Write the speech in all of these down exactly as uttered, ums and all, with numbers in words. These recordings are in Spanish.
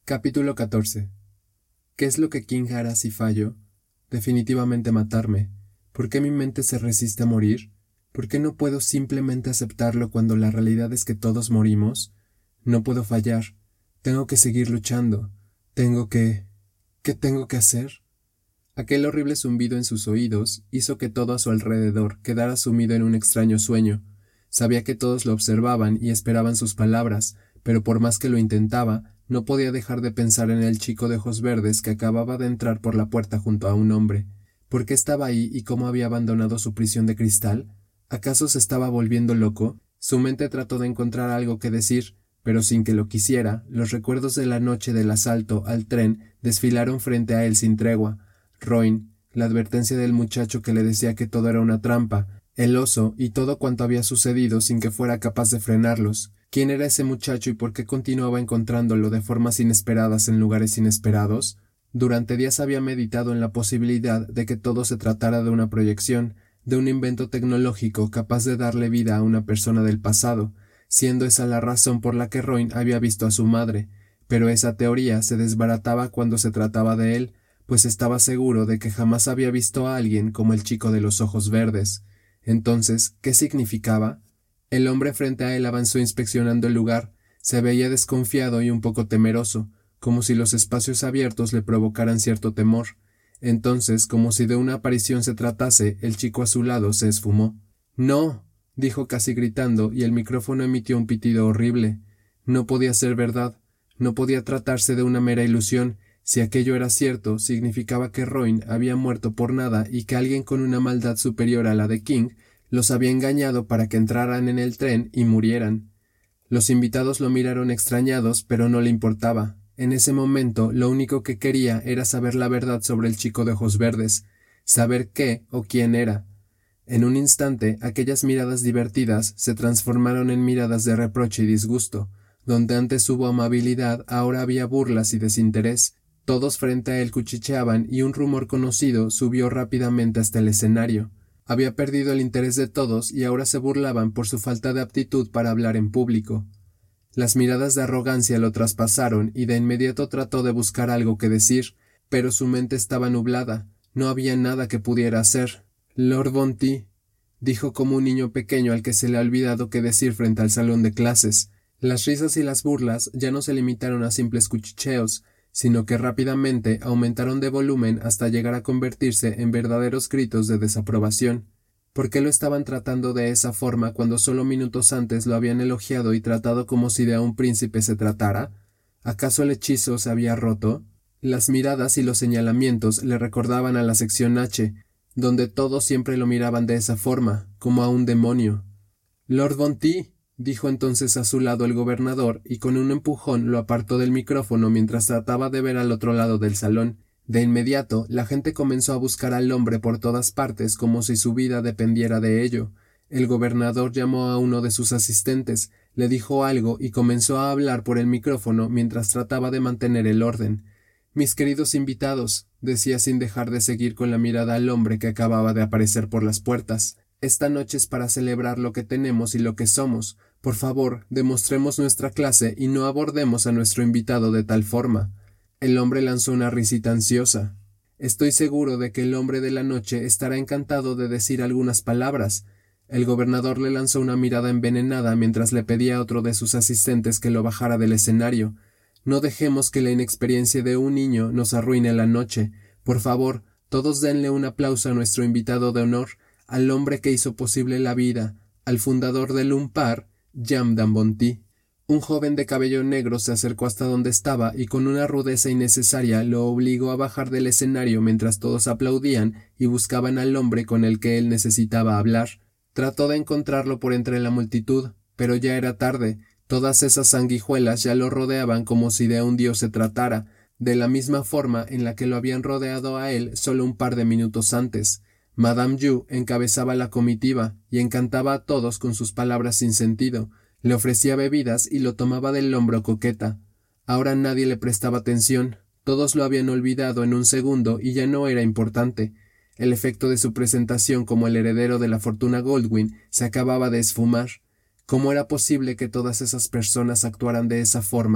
Capítulo catorce. ¿Qué es lo que King hará si fallo? Definitivamente matarme. ¿Por qué mi mente se resiste a morir? ¿Por qué no puedo simplemente aceptarlo cuando la realidad es que todos morimos? No puedo fallar. Tengo que seguir luchando. Tengo que... ¿Qué tengo que hacer? Aquel horrible zumbido en sus oídos hizo que todo a su alrededor quedara sumido en un extraño sueño. Sabía que todos lo observaban y esperaban sus palabras, pero por más que lo intentaba, no podía dejar de pensar en el chico de ojos verdes que acababa de entrar por la puerta junto a un hombre. ¿Por qué estaba ahí y cómo había abandonado su prisión de cristal? ¿Acaso se estaba volviendo loco? Su mente trató de encontrar algo que decir, pero sin que lo quisiera, los recuerdos de la noche del asalto al tren desfilaron frente a él sin tregua. Roin, la advertencia del muchacho que le decía que todo era una trampa, el oso y todo cuanto había sucedido sin que fuera capaz de frenarlos. ¿Quién era ese muchacho y por qué continuaba encontrándolo de formas inesperadas en lugares inesperados? Durante días había meditado en la posibilidad de que todo se tratara de una proyección, de un invento tecnológico capaz de darle vida a una persona del pasado, siendo esa la razón por la que Roin había visto a su madre, pero esa teoría se desbarataba cuando se trataba de él, pues estaba seguro de que jamás había visto a alguien como el chico de los ojos verdes. Entonces, ¿qué significaba? El hombre frente a él avanzó inspeccionando el lugar. Se veía desconfiado y un poco temeroso, como si los espacios abiertos le provocaran cierto temor. Entonces, como si de una aparición se tratase, el chico a su lado se esfumó. «¡No!», dijo casi gritando, y el micrófono emitió un pitido horrible. No podía ser verdad. No podía tratarse de una mera ilusión. Si aquello era cierto, significaba que Roin había muerto por nada y que alguien con una maldad superior a la de King los había engañado para que entraran en el tren y murieran. Los invitados lo miraron extrañados, pero no le importaba. En ese momento, lo único que quería era saber la verdad sobre el chico de ojos verdes, saber qué o quién era. En un instante, aquellas miradas divertidas se transformaron en miradas de reproche y disgusto. Donde antes hubo amabilidad, ahora había burlas y desinterés. Todos frente a él cuchicheaban y un rumor conocido subió rápidamente hasta el escenario. Había perdido el interés de todos y ahora se burlaban por su falta de aptitud para hablar en público. Las miradas de arrogancia lo traspasaron y de inmediato trató de buscar algo que decir, pero su mente estaba nublada. No había nada que pudiera hacer. «Lord Bounty», dijo como un niño pequeño al que se le ha olvidado qué decir frente al salón de clases. Las risas y las burlas ya no se limitaron a simples cuchicheos, sino que rápidamente aumentaron de volumen hasta llegar a convertirse en verdaderos gritos de desaprobación. ¿Por qué lo estaban tratando de esa forma cuando solo minutos antes lo habían elogiado y tratado como si de a un príncipe se tratara? ¿Acaso el hechizo se había roto? Las miradas y los señalamientos le recordaban a la sección H, donde todos siempre lo miraban de esa forma, como a un demonio. «Lord Bounty», dijo entonces a su lado el gobernador, y con un empujón lo apartó del micrófono mientras trataba de ver al otro lado del salón. De inmediato, la gente comenzó a buscar al hombre por todas partes como si su vida dependiera de ello. El gobernador llamó a uno de sus asistentes, le dijo algo y comenzó a hablar por el micrófono mientras trataba de mantener el orden. «Mis queridos invitados», decía sin dejar de seguir con la mirada al hombre que acababa de aparecer por las puertas, «esta noche es para celebrar lo que tenemos y lo que somos. Por favor, demostremos nuestra clase y no abordemos a nuestro invitado de tal forma». El hombre lanzó una risita ansiosa. «Estoy seguro de que el hombre de la noche estará encantado de decir algunas palabras». El gobernador le lanzó una mirada envenenada mientras le pedía a otro de sus asistentes que lo bajara del escenario. «No dejemos que la inexperiencia de un niño nos arruine la noche. Por favor, todos denle un aplauso a nuestro invitado de honor, al hombre que hizo posible la vida, al fundador del Umpar, Jamdan Bounty». Un joven de cabello negro se acercó hasta donde estaba y con una rudeza innecesaria lo obligó a bajar del escenario mientras todos aplaudían y buscaban al hombre con el que él necesitaba hablar. Trató de encontrarlo por entre la multitud, pero ya era tarde. Todas esas sanguijuelas ya lo rodeaban como si de un dios se tratara, de la misma forma en la que lo habían rodeado a él solo un par de minutos antes. Madame Yu encabezaba la comitiva y encantaba a todos con sus palabras sin sentido. Le ofrecía bebidas y lo tomaba del hombro coqueta. Ahora nadie le prestaba atención. Todos lo habían olvidado en un segundo y ya no era importante. El efecto de su presentación como el heredero de la fortuna Goldwyn se acababa de esfumar. ¿Cómo era posible que todas esas personas actuaran de esa forma?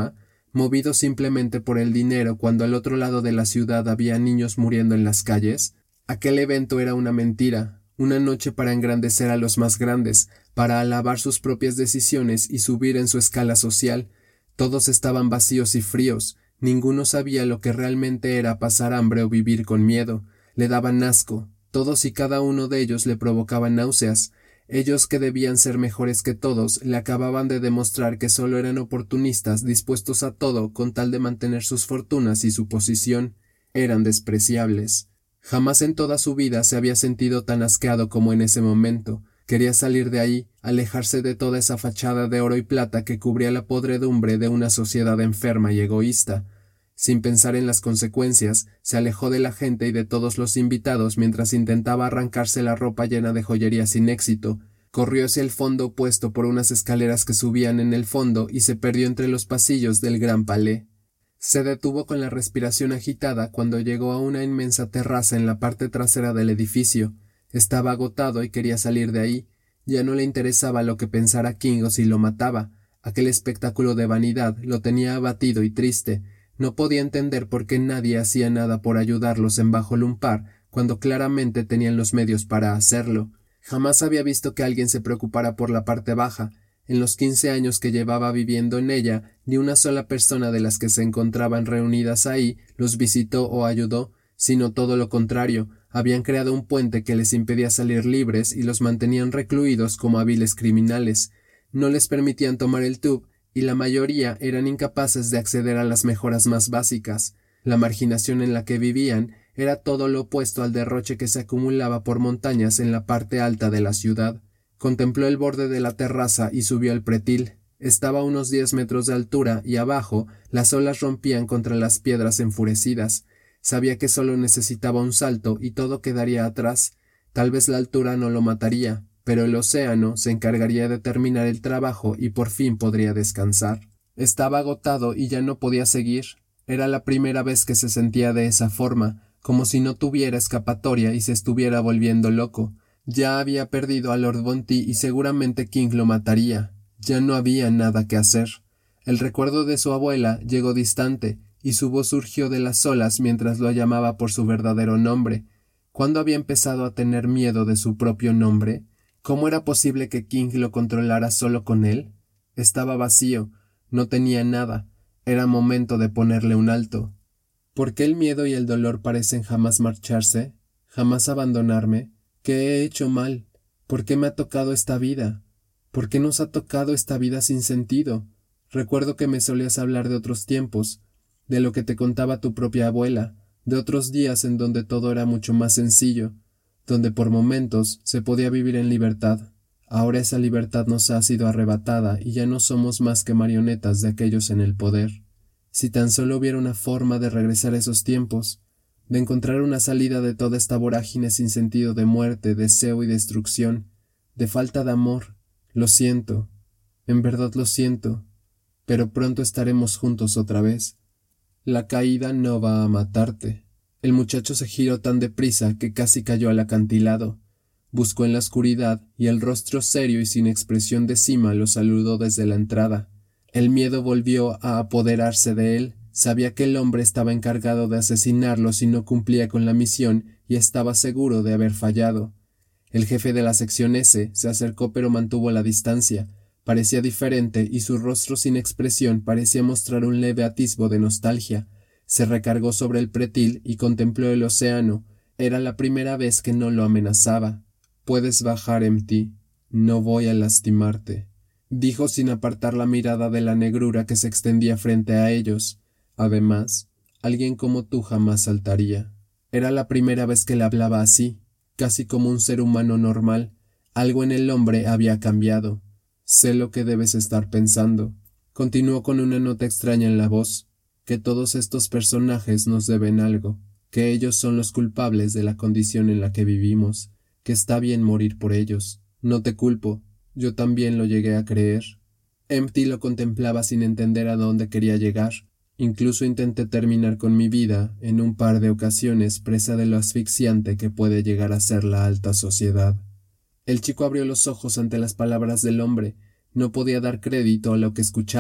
movido simplemente por el dinero cuando al otro lado de la ciudad había niños muriendo en las calles? Aquel evento era una mentira, una noche para engrandecer a los más grandes, para alabar sus propias decisiones y subir en su escala social. Todos estaban vacíos y fríos, ninguno sabía lo que realmente era pasar hambre o vivir con miedo. Le daban asco, todos y cada uno de ellos le provocaban náuseas. Ellos, que debían ser mejores que todos, le acababan de demostrar que solo eran oportunistas dispuestos a todo con tal de mantener sus fortunas y su posición. Eran despreciables. Jamás en toda su vida se había sentido tan asqueado como en ese momento. Quería salir de ahí, alejarse de toda esa fachada de oro y plata que cubría la podredumbre de una sociedad enferma y egoísta. Sin pensar en las consecuencias, se alejó de la gente y de todos los invitados mientras intentaba arrancarse la ropa llena de joyería sin éxito. Corrió hacia el fondo opuesto por unas escaleras que subían en el fondo y se perdió entre los pasillos del Gran Palais. Se detuvo con la respiración agitada cuando llegó a una inmensa terraza en la parte trasera del edificio. Estaba agotado y quería salir de ahí. Ya no le interesaba lo que pensara King o si lo mataba. Aquel espectáculo de vanidad lo tenía abatido y triste. No podía entender por qué nadie hacía nada por ayudarlos en Bajo Lumpar, cuando claramente tenían los medios para hacerlo. Jamás había visto que alguien se preocupara por la parte baja. En los quince años que llevaba viviendo en ella, ni una sola persona de las que se encontraban reunidas ahí los visitó o ayudó, sino todo lo contrario. Habían creado un puente que les impedía salir libres y los mantenían recluidos como hábiles criminales. No les permitían tomar el tub, y la mayoría eran incapaces de acceder a las mejoras más básicas. La marginación en la que vivían era todo lo opuesto al derroche que se acumulaba por montañas en la parte alta de la ciudad. Contempló el borde de la terraza y subió al pretil. Estaba a unos diez metros de altura y abajo las olas rompían contra las piedras enfurecidas. Sabía que solo necesitaba un salto y todo quedaría atrás. Tal vez la altura no lo mataría, pero el océano se encargaría de terminar el trabajo y por fin podría descansar. Estaba agotado y ya no podía seguir. Era la primera vez que se sentía de esa forma, como si no tuviera escapatoria y se estuviera volviendo loco. Ya había perdido a Lord Bounty y seguramente King lo mataría. Ya no había nada que hacer. El recuerdo de su abuela llegó distante, y su voz surgió de las olas mientras lo llamaba por su verdadero nombre. ¿Cuándo había empezado a tener miedo de su propio nombre? ¿Cómo era posible que King lo controlara solo con él? Estaba vacío, no tenía nada. Era momento de ponerle un alto. ¿Por qué el miedo y el dolor parecen jamás marcharse? ¿Jamás abandonarme? ¿Qué he hecho mal? ¿Por qué me ha tocado esta vida? ¿Por qué nos ha tocado esta vida sin sentido? Recuerdo que me solías hablar de otros tiempos, de lo que te contaba tu propia abuela, de otros días en donde todo era mucho más sencillo, donde por momentos se podía vivir en libertad. Ahora esa libertad nos ha sido arrebatada y ya no somos más que marionetas de aquellos en el poder. Si tan solo hubiera una forma de regresar a esos tiempos, de encontrar una salida de toda esta vorágine sin sentido de muerte, deseo y destrucción, de falta de amor. Lo siento, en verdad lo siento, pero pronto estaremos juntos otra vez. La caída no va a matarte. El muchacho se giró tan deprisa que casi cayó al acantilado. Buscó en la oscuridad y el rostro serio y sin expresión de cima lo saludó desde la entrada. El miedo volvió a apoderarse de él. Sabía que el hombre estaba encargado de asesinarlo si no cumplía con la misión y estaba seguro de haber fallado. El jefe de la sección S se acercó pero mantuvo la distancia. Parecía diferente y su rostro sin expresión parecía mostrar un leve atisbo de nostalgia. Se recargó sobre el pretil y contempló el océano. Era la primera vez que no lo amenazaba. «Puedes bajar, M T. No voy a lastimarte», dijo sin apartar la mirada de la negrura que se extendía frente a ellos. Además, alguien como tú jamás saltaría. Era la primera vez que le hablaba así, casi como un ser humano normal. Algo en el hombre había cambiado. Sé lo que debes estar pensando. Continuó con una nota extraña en la voz, que todos estos personajes nos deben algo, que ellos son los culpables de la condición en la que vivimos, que está bien morir por ellos. No te culpo, yo también lo llegué a creer. M T lo contemplaba sin entender a dónde quería llegar. Incluso intenté terminar con mi vida en un par de ocasiones presa de lo asfixiante que puede llegar a ser la alta sociedad. El chico abrió los ojos ante las palabras del hombre. No podía dar crédito a lo que escuchaba.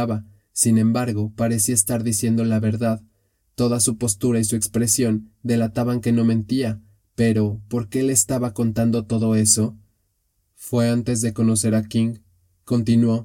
Sin embargo, parecía estar diciendo la verdad. Toda su postura y su expresión delataban que no mentía, pero ¿por qué le estaba contando todo eso? Fue antes de conocer a King. Continuó.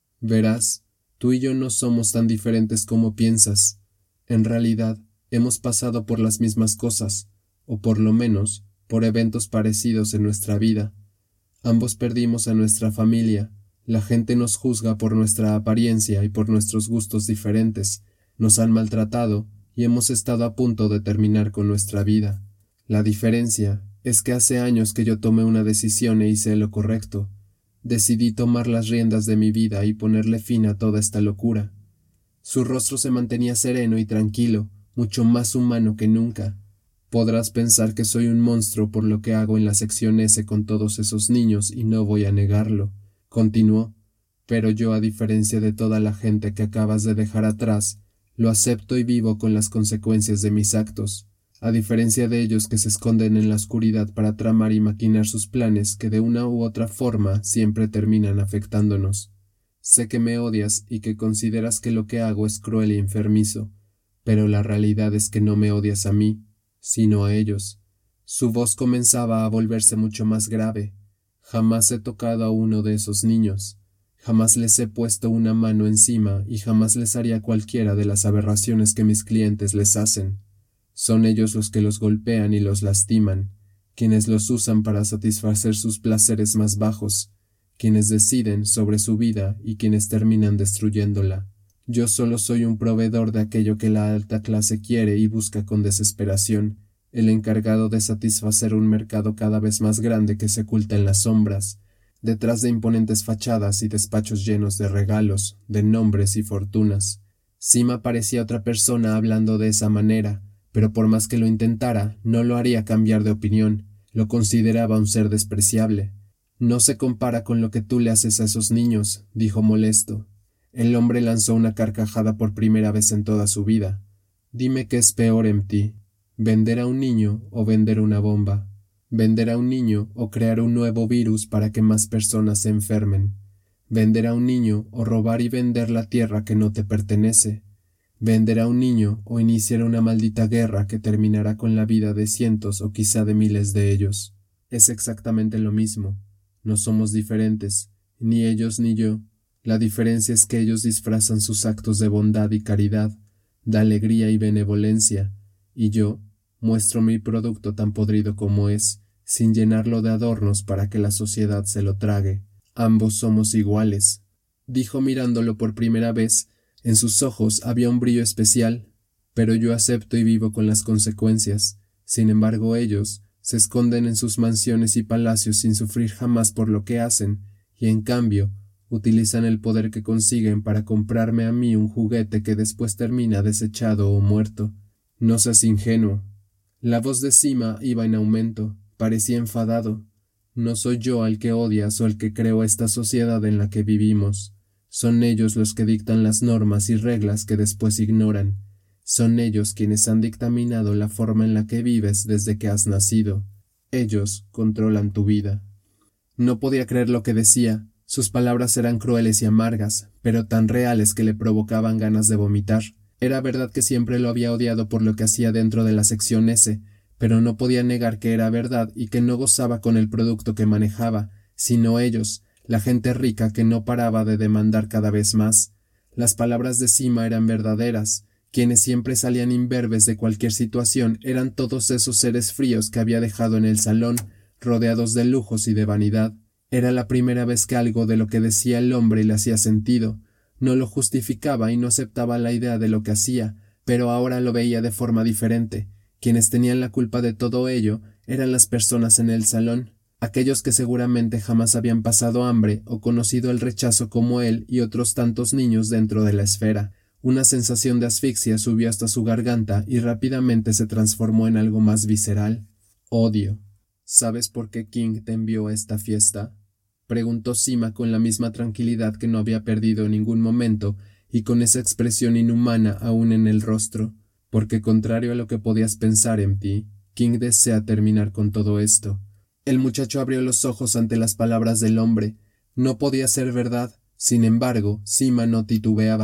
Verás, tú y yo no somos tan diferentes como piensas. En realidad, hemos pasado por las mismas cosas, o por lo menos, por eventos parecidos en nuestra vida. Ambos perdimos a nuestra familia. La gente nos juzga por nuestra apariencia y por nuestros gustos diferentes. Nos han maltratado y hemos estado a punto de terminar con nuestra vida. La diferencia es que hace años que yo tomé una decisión e hice lo correcto. Decidí tomar las riendas de mi vida y ponerle fin a toda esta locura. Su rostro se mantenía sereno y tranquilo, mucho más humano que nunca. Podrás pensar que soy un monstruo por lo que hago en la sección ese con todos esos niños y no voy a negarlo, continuó, pero yo, a diferencia de toda la gente que acabas de dejar atrás, lo acepto y vivo con las consecuencias de mis actos, a diferencia de ellos que se esconden en la oscuridad para tramar y maquinar sus planes que de una u otra forma siempre terminan afectándonos. Sé que me odias y que consideras que lo que hago es cruel e enfermizo, pero la realidad es que no me odias a mí, sino a ellos. Su voz comenzaba a volverse mucho más grave. Jamás he tocado a uno de esos niños. Jamás les he puesto una mano encima y jamás les haría cualquiera de las aberraciones que mis clientes les hacen. Son ellos los que los golpean y los lastiman, quienes los usan para satisfacer sus placeres más bajos, quienes deciden sobre su vida y quienes terminan destruyéndola. Yo solo soy un proveedor de aquello que la alta clase quiere y busca con desesperación, el encargado de satisfacer un mercado cada vez más grande que se oculta en las sombras, detrás de imponentes fachadas y despachos llenos de regalos, de nombres y fortunas. Sima parecía otra persona hablando de esa manera, pero por más que lo intentara, no lo haría cambiar de opinión. Lo consideraba un ser despreciable. No se compara con lo que tú le haces a esos niños, dijo molesto. El hombre lanzó una carcajada por primera vez en toda su vida. Dime qué es peor en ti, vender a un niño o vender una bomba, vender a un niño o crear un nuevo virus para que más personas se enfermen, vender a un niño o robar y vender la tierra que no te pertenece, vender a un niño o iniciar una maldita guerra que terminará con la vida de cientos o quizá de miles de ellos. Es exactamente lo mismo. No somos diferentes, ni ellos ni yo. La diferencia es que ellos disfrazan sus actos de bondad y caridad, de alegría y benevolencia, y yo muestro mi producto tan podrido como es, sin llenarlo de adornos para que la sociedad se lo trague. Ambos somos iguales, dijo mirándolo por primera vez. En sus ojos había un brillo especial, pero yo acepto y vivo con las consecuencias. Sin embargo, ellos se esconden en sus mansiones y palacios sin sufrir jamás por lo que hacen, y en cambio utilizan el poder que consiguen para comprarme a mí un juguete que después termina desechado o muerto. No seas ingenuo. La voz de Sima iba en aumento, parecía enfadado. No soy yo al que odias o el que creo esta sociedad en la que vivimos. Son ellos los que dictan las normas y reglas que después ignoran. Son ellos quienes han dictaminado la forma en la que vives desde que has nacido. Ellos controlan tu vida. No podía creer lo que decía. Sus palabras eran crueles y amargas, pero tan reales que le provocaban ganas de vomitar. Era verdad que siempre lo había odiado por lo que hacía dentro de la sección ese, pero no podía negar que era verdad y que no gozaba con el producto que manejaba, sino ellos, la gente rica que no paraba de demandar cada vez más. Las palabras de Sima eran verdaderas. Quienes siempre salían imberbes de cualquier situación eran todos esos seres fríos que había dejado en el salón, rodeados de lujos y de vanidad. Era la primera vez que algo de lo que decía el hombre le hacía sentido. No lo justificaba y no aceptaba la idea de lo que hacía, pero ahora lo veía de forma diferente. Quienes tenían la culpa de todo ello eran las personas en el salón, aquellos que seguramente jamás habían pasado hambre o conocido el rechazo como él y otros tantos niños dentro de la esfera. Una sensación de asfixia subió hasta su garganta y rápidamente se transformó en algo más visceral. Odio. ¿Sabes por qué King te envió a esta fiesta?, preguntó Sima con la misma tranquilidad que no había perdido en ningún momento y con esa expresión inhumana aún en el rostro. Porque contrario a lo que podías pensar en ti, King desea terminar con todo esto. El muchacho abrió los ojos ante las palabras del hombre. No podía ser verdad. Sin embargo, Sima no titubeaba.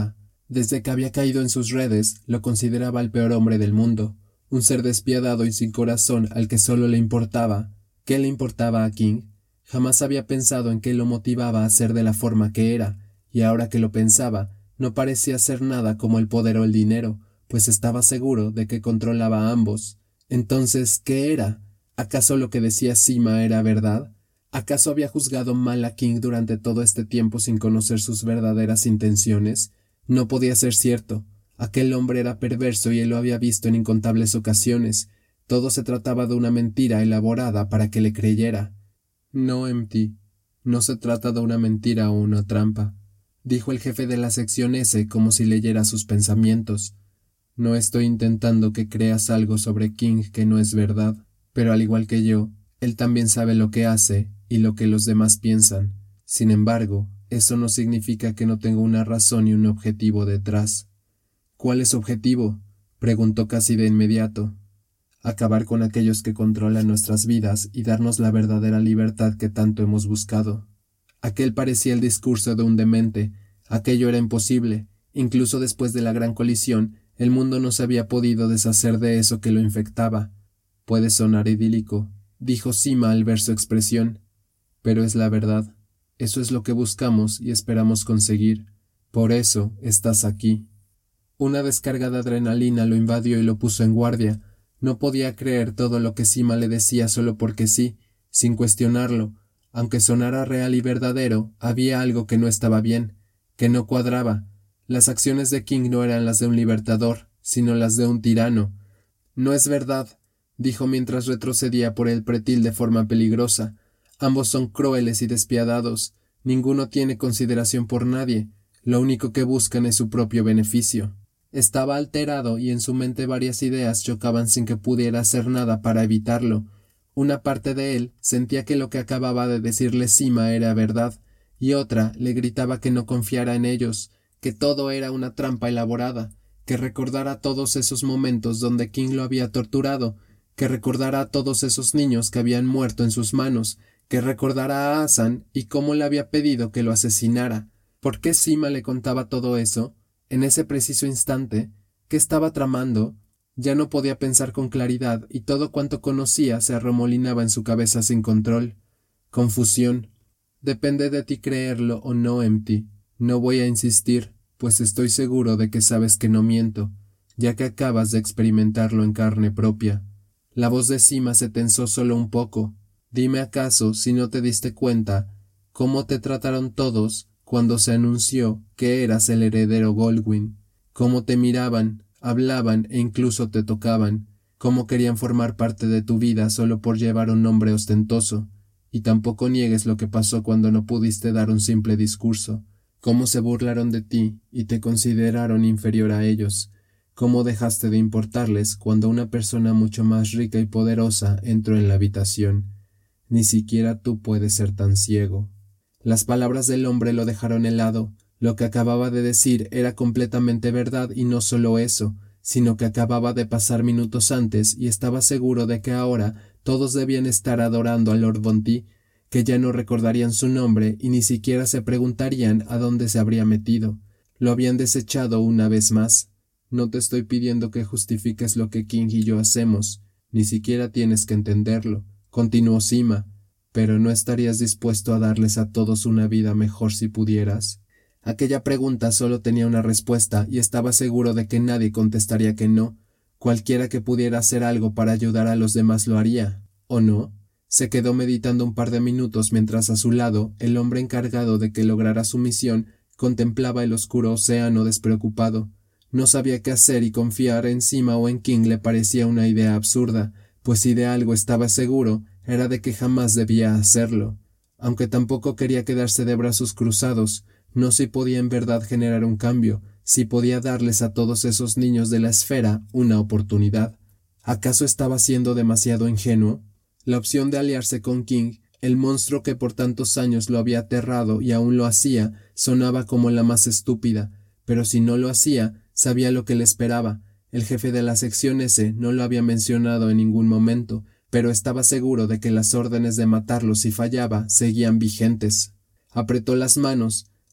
Desde que había caído en sus redes, lo consideraba el peor hombre del mundo, un ser despiadado y sin corazón al que solo le importaba. ¿Qué le importaba a King? Jamás había pensado en qué lo motivaba a ser de la forma que era, y ahora que lo pensaba, no parecía ser nada como el poder o el dinero, pues estaba seguro de que controlaba a ambos. Entonces, ¿qué era? ¿Acaso lo que decía Sima era verdad? ¿Acaso había juzgado mal a King durante todo este tiempo sin conocer sus verdaderas intenciones? No podía ser cierto. Aquel hombre era perverso y él lo había visto en incontables ocasiones. Todo se trataba de una mentira elaborada para que le creyera. No, M T. No se trata de una mentira o una trampa, dijo el jefe de la sección S como si leyera sus pensamientos. No estoy intentando que creas algo sobre King que no es verdad, pero al igual que yo, él también sabe lo que hace y lo que los demás piensan. Sin embargo, eso no significa que no tenga una razón y un objetivo detrás. ¿Cuál es su objetivo?, preguntó casi de inmediato. Acabar con aquellos que controlan nuestras vidas y darnos la verdadera libertad que tanto hemos buscado. Aquel parecía el discurso de un demente. Aquello era imposible. Incluso después de la gran colisión, el mundo no se había podido deshacer de eso que lo infectaba. Puede sonar idílico, dijo Sima al ver su expresión, pero es la verdad. Eso es lo que buscamos y esperamos conseguir. Por eso estás aquí. Una descarga de adrenalina lo invadió y lo puso en guardia. No podía creer todo lo que Sima le decía solo porque sí, sin cuestionarlo. Aunque sonara real y verdadero, había algo que no estaba bien, que no cuadraba. Las acciones de King no eran las de un libertador, sino las de un tirano. No es verdad, dijo mientras retrocedía por el pretil de forma peligrosa. Ambos son crueles y despiadados. Ninguno tiene consideración por nadie. Lo único que buscan es su propio beneficio. Estaba alterado y en su mente varias ideas chocaban sin que pudiera hacer nada para evitarlo. Una parte de él sentía que lo que acababa de decirle Sima era verdad, y otra le gritaba que no confiara en ellos, que todo era una trampa elaborada, que recordara todos esos momentos donde King lo había torturado, que recordara a todos esos niños que habían muerto en sus manos, que recordara a Hassan y cómo le había pedido que lo asesinara. ¿Por qué Sima le contaba todo eso? En ese preciso instante, ¿qué estaba tramando? Ya no podía pensar con claridad y todo cuanto conocía se arremolinaba en su cabeza sin control. Confusión. Depende de ti creerlo o no, M T. No voy a insistir, pues estoy seguro de que sabes que no miento, ya que acabas de experimentarlo en carne propia. La voz de Sima se tensó solo un poco. Dime acaso, si no te diste cuenta, cómo te trataron todos cuando se anunció que eras el heredero Goldwyn, cómo te miraban, hablaban e incluso te tocaban, cómo querían formar parte de tu vida solo por llevar un nombre ostentoso, y tampoco niegues lo que pasó cuando no pudiste dar un simple discurso, cómo se burlaron de ti y te consideraron inferior a ellos, cómo dejaste de importarles cuando una persona mucho más rica y poderosa entró en la habitación. Ni siquiera tú puedes ser tan ciego. Las palabras del hombre lo dejaron helado. Lo que acababa de decir era completamente verdad y no solo eso, sino que acababa de pasar minutos antes y estaba seguro de que ahora todos debían estar adorando a Lord Bounty, que ya no recordarían su nombre y ni siquiera se preguntarían a dónde se habría metido. Lo habían desechado una vez más. No te estoy pidiendo que justifiques lo que King y yo hacemos, ni siquiera tienes que entenderlo, continuó Sima. ¿Pero no estarías dispuesto a darles a todos una vida mejor si pudieras? Aquella pregunta solo tenía una respuesta y estaba seguro de que nadie contestaría que no. Cualquiera que pudiera hacer algo para ayudar a los demás lo haría, ¿o no? Se quedó meditando un par de minutos mientras a su lado el hombre encargado de que lograra su misión contemplaba el oscuro océano despreocupado. No sabía qué hacer y confiar en Sima o en King le parecía una idea absurda, pues si de algo estaba seguro era de que jamás debía hacerlo. Aunque tampoco quería quedarse de brazos cruzados, no si podía en verdad generar un cambio, si podía darles a todos esos niños de la esfera una oportunidad. ¿Acaso estaba siendo demasiado ingenuo? La opción de aliarse con King, el monstruo que por tantos años lo había aterrado y aún lo hacía, sonaba como la más estúpida, pero si no lo hacía, sabía lo que le esperaba. El jefe de la sección S no lo había mencionado en ningún momento, pero estaba seguro de que las órdenes de matarlo si fallaba seguían vigentes. Apretó las manos.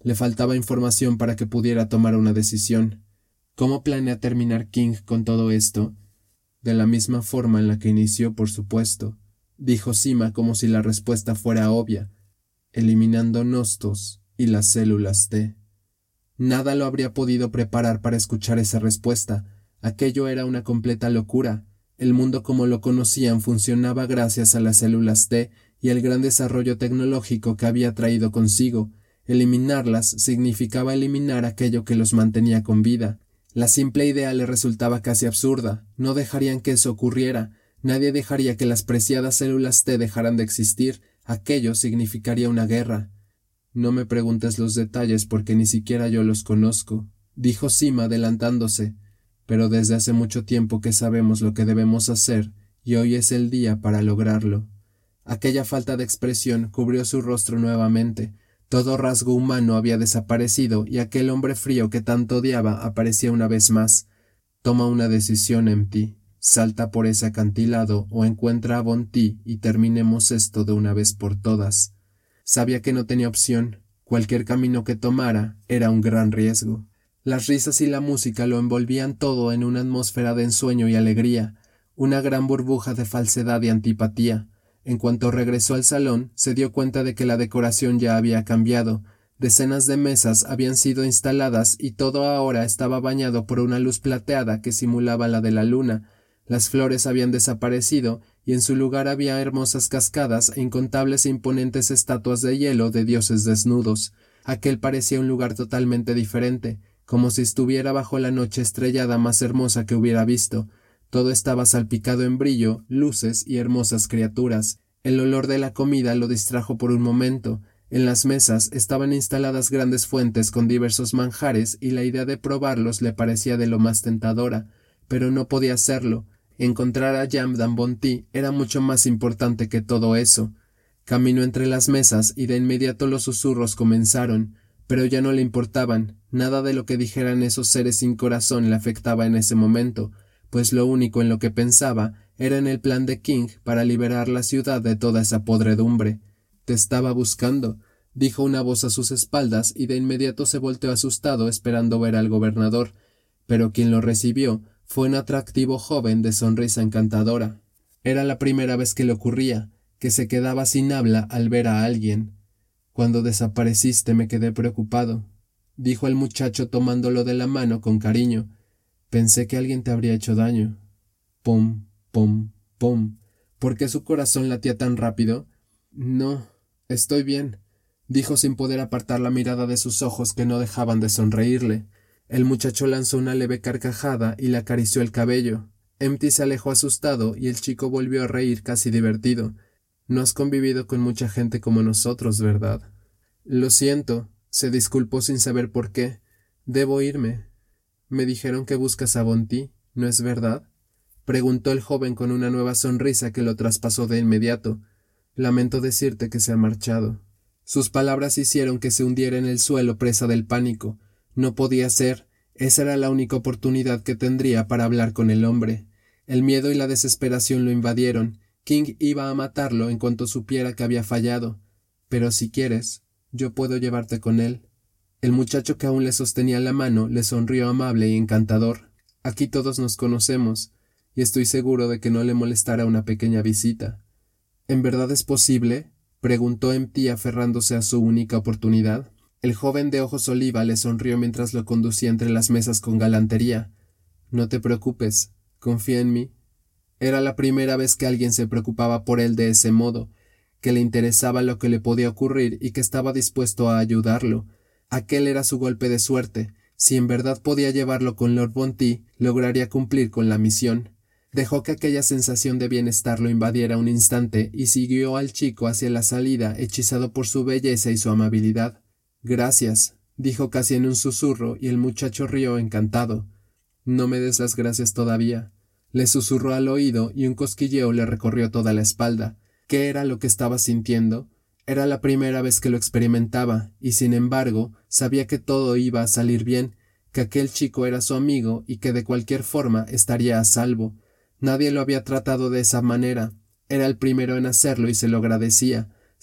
Le faltaba información para que pudiera tomar una decisión. ¿Cómo planea terminar King con todo esto? De la misma forma en la que inició, por supuesto, dijo Sima como si la respuesta fuera obvia, eliminando Nostos y las células T. Nada lo habría podido preparar para escuchar esa respuesta. Aquello era una completa locura. El mundo como lo conocían funcionaba gracias a las células T y el gran desarrollo tecnológico que había traído consigo. Eliminarlas significaba eliminar aquello que los mantenía con vida. La simple idea le resultaba casi absurda. No dejarían que eso ocurriera. Nadie dejaría que las preciadas células T dejaran de existir. Aquello significaría una guerra. No me preguntes los detalles porque ni siquiera yo los conozco, dijo Sima adelantándose, pero desde hace mucho tiempo que sabemos lo que debemos hacer y hoy es el día para lograrlo. Aquella falta de expresión cubrió su rostro nuevamente. Todo rasgo humano había desaparecido y aquel hombre frío que tanto odiaba aparecía una vez más. Toma una decisión, M T. Salta por ese acantilado o encuentra a Von T y terminemos esto de una vez por todas. Sabía que no tenía opción. Cualquier camino que tomara era un gran riesgo. Las risas y la música lo envolvían todo en una atmósfera de ensueño y alegría, una gran burbuja de falsedad y antipatía. En cuanto regresó al salón, se dio cuenta de que la decoración ya había cambiado. Decenas de mesas habían sido instaladas y todo ahora estaba bañado por una luz plateada que simulaba la de la luna. Las flores habían desaparecido y en su lugar había hermosas cascadas e incontables e imponentes estatuas de hielo de dioses desnudos. Aquel parecía un lugar totalmente diferente, como si estuviera bajo la noche estrellada más hermosa que hubiera visto. Todo estaba salpicado en brillo, luces y hermosas criaturas. El olor de la comida lo distrajo por un momento. En las mesas estaban instaladas grandes fuentes con diversos manjares y la idea de probarlos le parecía de lo más tentadora, pero no podía hacerlo. Encontrar a Jamdan Von T era mucho más importante que todo eso. Caminó entre las mesas y de inmediato los susurros comenzaron, pero ya no le importaban. Nada de lo que dijeran esos seres sin corazón le afectaba en ese momento, pues lo único en lo que pensaba era en el plan de King para liberar la ciudad de toda esa podredumbre. «Te estaba buscando», dijo una voz a sus espaldas y de inmediato se volteó asustado esperando ver al gobernador, pero quien lo recibió fue un atractivo joven de sonrisa encantadora. Era la primera vez que le ocurría, que se quedaba sin habla al ver a alguien. «Cuando desapareciste me quedé preocupado», dijo el muchacho tomándolo de la mano con cariño. «Pensé que alguien te habría hecho daño». Pum, pum, pum. ¿Por qué su corazón latía tan rápido? «No, estoy bien», dijo sin poder apartar la mirada de sus ojos que no dejaban de sonreírle. El muchacho lanzó una leve carcajada y le acarició el cabello. M T se alejó asustado y el chico volvió a reír casi divertido. «No has convivido con mucha gente como nosotros, ¿verdad?» «Lo siento», se disculpó sin saber por qué. «Debo irme». «Me dijeron que buscas a Von T, ¿no es verdad?», preguntó el joven con una nueva sonrisa que lo traspasó de inmediato. «Lamento decirte que se ha marchado». Sus palabras hicieron que se hundiera en el suelo presa del pánico. No podía ser. Esa era la única oportunidad que tendría para hablar con el hombre. El miedo y la desesperación lo invadieron. King iba a matarlo en cuanto supiera que había fallado. «Pero si quieres, yo puedo llevarte con él». El muchacho que aún le sostenía la mano le sonrió amable y encantador. «Aquí todos nos conocemos, y estoy seguro de que no le molestará una pequeña visita». «¿En verdad es posible?», preguntó M T aferrándose a su única oportunidad. El joven de ojos oliva le sonrió mientras lo conducía entre las mesas con galantería. «No te preocupes, confía en mí». Era la primera vez que alguien se preocupaba por él de ese modo, que le interesaba lo que le podía ocurrir y que estaba dispuesto a ayudarlo. Aquel era su golpe de suerte. Si en verdad podía llevarlo con Lord Von T, lograría cumplir con la misión. Dejó que aquella sensación de bienestar lo invadiera un instante y siguió al chico hacia la salida, hechizado por su belleza y su amabilidad. «Gracias», dijo casi en un susurro, y el muchacho rió encantado. «No me des las gracias todavía», le susurró al oído y un cosquilleo le recorrió toda la espalda. ¿Qué era lo que estaba sintiendo? Era la primera vez que lo experimentaba, y sin embargo, sabía que todo iba a salir bien, que aquel chico era su amigo y que de cualquier forma estaría a salvo. Nadie lo había tratado de esa manera. Era el primero en hacerlo y se lo agradecía.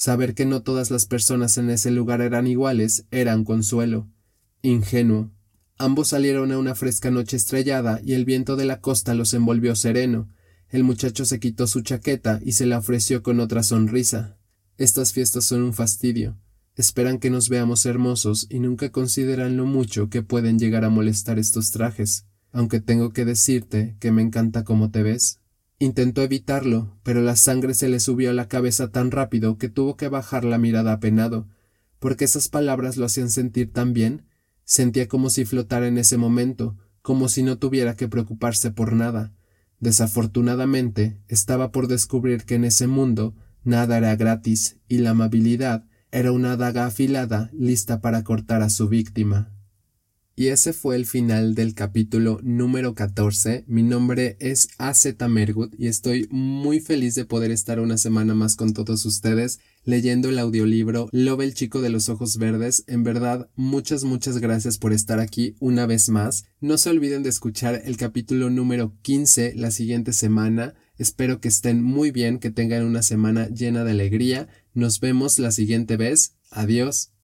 Saber que no todas las personas en ese lugar eran iguales era un consuelo. Ingenuo. Ambos salieron a una fresca noche estrellada y el viento de la costa los envolvió sereno. El muchacho se quitó su chaqueta y se la ofreció con otra sonrisa. Estas fiestas son un fastidio. Esperan que nos veamos hermosos y nunca consideran lo mucho que pueden llegar a molestar estos trajes, aunque tengo que decirte que me encanta cómo te ves. Intentó evitarlo, pero la sangre se le subió a la cabeza tan rápido que tuvo que bajar la mirada apenado, porque esas palabras lo hacían sentir tan bien. Sentía como si flotara en ese momento, como si no tuviera que preocuparse por nada. Desafortunadamente, estaba por descubrir que en ese mundo nada era gratis y la amabilidad era una daga afilada lista para cortar a su víctima. Y ese fue el final del capítulo número catorce. Mi nombre es A Z Mergut y estoy muy feliz de poder estar una semana más con todos ustedes leyendo el audiolibro Love, el chico de los ojos verdes. En verdad, muchas muchas gracias por estar aquí una vez más. No se olviden de escuchar el capítulo número quince la siguiente semana. Espero que estén muy bien, que tengan una semana llena de alegría. Nos vemos la siguiente vez. Adiós.